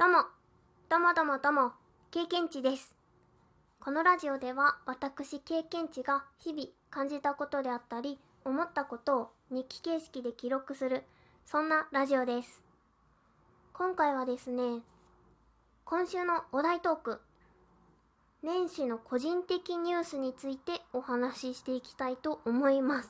どうも、どうもどうもどうも、経験値です。このラジオでは私経験値が日々感じたことであったり思ったことを日記形式で記録する、そんなラジオです。今回はですね、今週のお題トーク、年始の個人的ニュースについてお話ししていきたいと思います。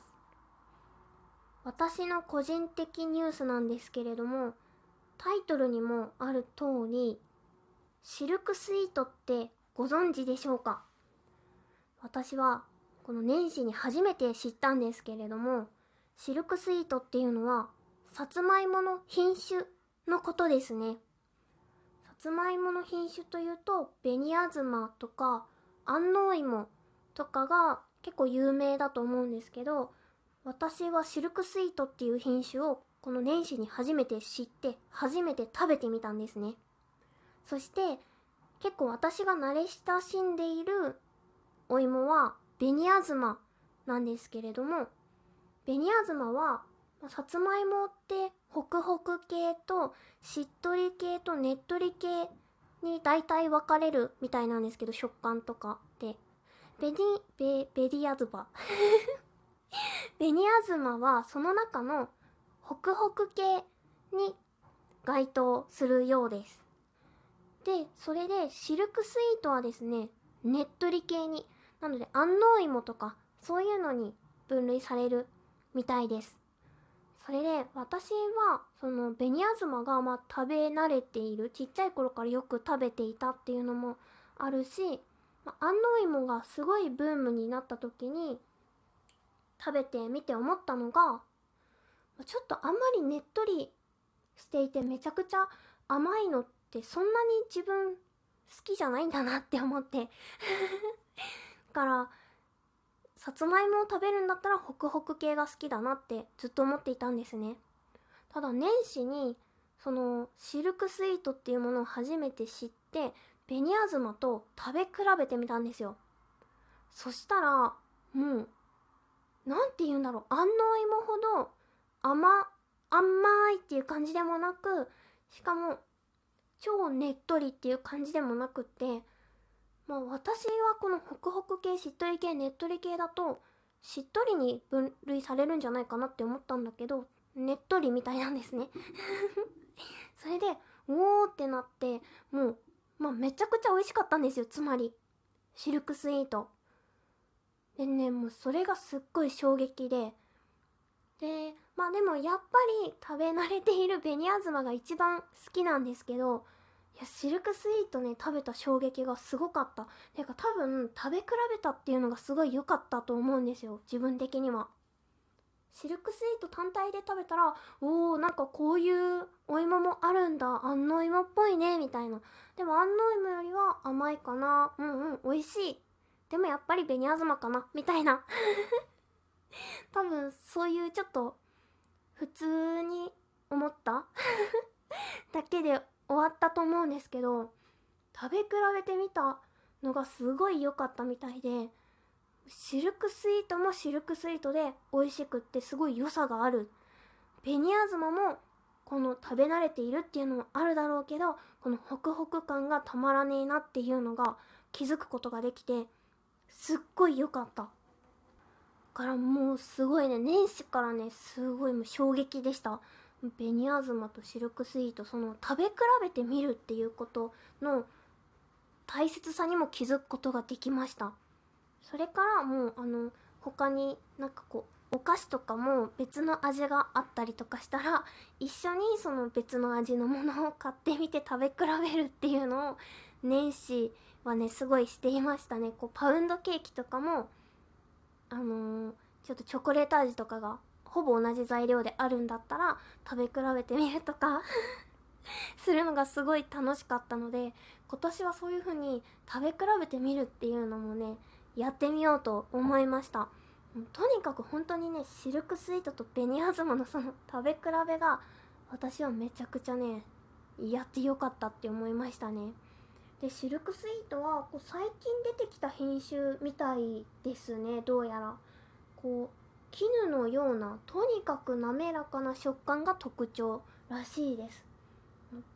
私の個人的ニュースなんですけれども、タイトルにもある通り、シルクスイートってご存知でしょうか？私はこの年始に初めて知ったんですけれども、シルクスイートっていうのはさつまいもの品種のことですね。さつまいもの品種というと紅あずまとか安納芋とかが結構有名だと思うんですけど、私はシルクスイートっていう品種をこの年始に初めて知って初めて食べてみたんですね。そして結構私が慣れ親しんでいるお芋は紅あずまなんですけれども、紅あずまはさつまいもってホクホク系としっとり系とねっとり系に大体分かれるみたいなんですけど、食感とかでベリアズマ紅あずまはその中のホクホク系に該当するようです。で、それでシルクスイートはですね、ねっとり系に、なので安納芋とかそういうのに分類されるみたいです。それで私はその紅あずまが食べ慣れている、ちっちゃい頃からよく食べていたっていうのもあるし、安納芋がすごいブームになった時に食べてみて思ったのが、ちょっとあんまりねっとりしていてめちゃくちゃ甘いのってそんなに自分好きじゃないんだなって思ってだからさつまいもを食べるんだったらホクホク系が好きだなってずっと思っていたんですね。ただ年始にそのシルクスイートっていうものを初めて知って紅あずまと食べ比べてみたんですよ。そしたらもうなんて言うんだろう、安納芋ほど甘いっていう感じでもなく、しかも超ねっとりっていう感じでもなくって、私はこのホクホク系、しっとり系、ねっとり系だとしっとりに分類されるんじゃないかなって思ったんだけど、ねっとりみたいなんですねそれでおーってなって、もうめちゃくちゃ美味しかったんですよ。つまりシルクスイートでね、もうそれがすっごい衝撃で、でもやっぱり食べ慣れている紅あずまが一番好きなんですけど、いやシルクスイートね、食べた衝撃がすごかった。てか多分食べ比べたっていうのがすごい良かったと思うんですよ、自分的には。シルクスイート単体で食べたら、なんかこういうお芋もあるんだ、安納芋っぽいねみたいな。でも安納芋よりは甘いかな、美味しい、でもやっぱり紅あずまかなみたいな多分そういうちょっと普通に思っただけで終わったと思うんですけど、食べ比べてみたのがすごい良かったみたいで、シルクスイートもシルクスイートで美味しくってすごい良さがある。紅あずまもこの食べ慣れているっていうのもあるだろうけど、このホクホク感がたまらねえなっていうのが気づくことができて、すっごい良かった。からもうすごいね、年始からね、すごいもう衝撃でした。紅あずまとシルクスイート、その食べ比べてみるっていうことの大切さにも気づくことができました。それからもう他になんかこうお菓子とかも別の味があったりとかしたら、一緒にその別の味のものを買ってみて食べ比べるっていうのを年始はね、すごいしていましたね。こうパウンドケーキとかもちょっとチョコレート味とかがほぼ同じ材料であるんだったら食べ比べてみるとかするのがすごい楽しかったので、今年はそういう風に食べ比べてみるっていうのもね、やってみようと思いました。とにかく本当にね、シルクスイートと紅あずまのその食べ比べが私はめちゃくちゃね、やってよかったって思いましたね。でシルクスイートはこう最近出てきた品種みたいですね。どうやらこう絹のようなとにかく滑らかな食感が特徴らしいです。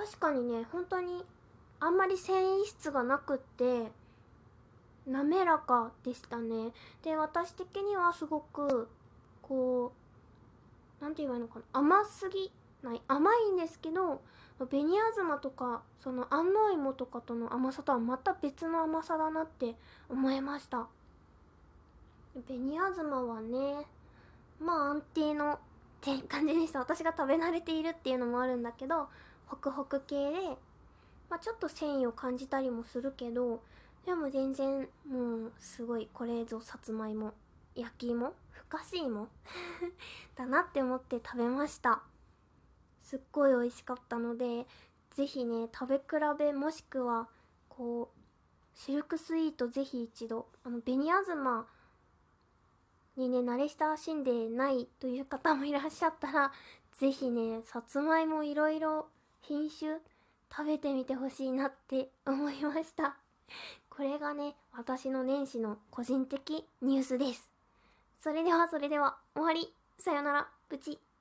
確かにね、本当にあんまり繊維質がなくって滑らかでしたね。で、私的にはすごくこう、なんて言えばいいのかな、甘すぎない、甘いんですけど、紅あずまとかその安納芋とかとの甘さとはまた別の甘さだなって思いました。紅あずまはね、まあ安定のって感じでした。私が食べ慣れているっていうのもあるんだけど、ホクホク系で、まあ、ちょっと繊維を感じたりもするけど、でも全然もうすごい、これぞさつまいも、焼き芋、ふかし芋だなって思って食べました。すっごい美味しかったので、ぜひね、食べ比べもしくはこうシルクスイート、ぜひ一度紅あずまにね慣れ親しんでないという方もいらっしゃったら、ぜひねさつまいもいろいろ品種食べてみてほしいなって思いました。これがね、私の年始の個人的ニュースです。それでは終わり。さよなら、プチ。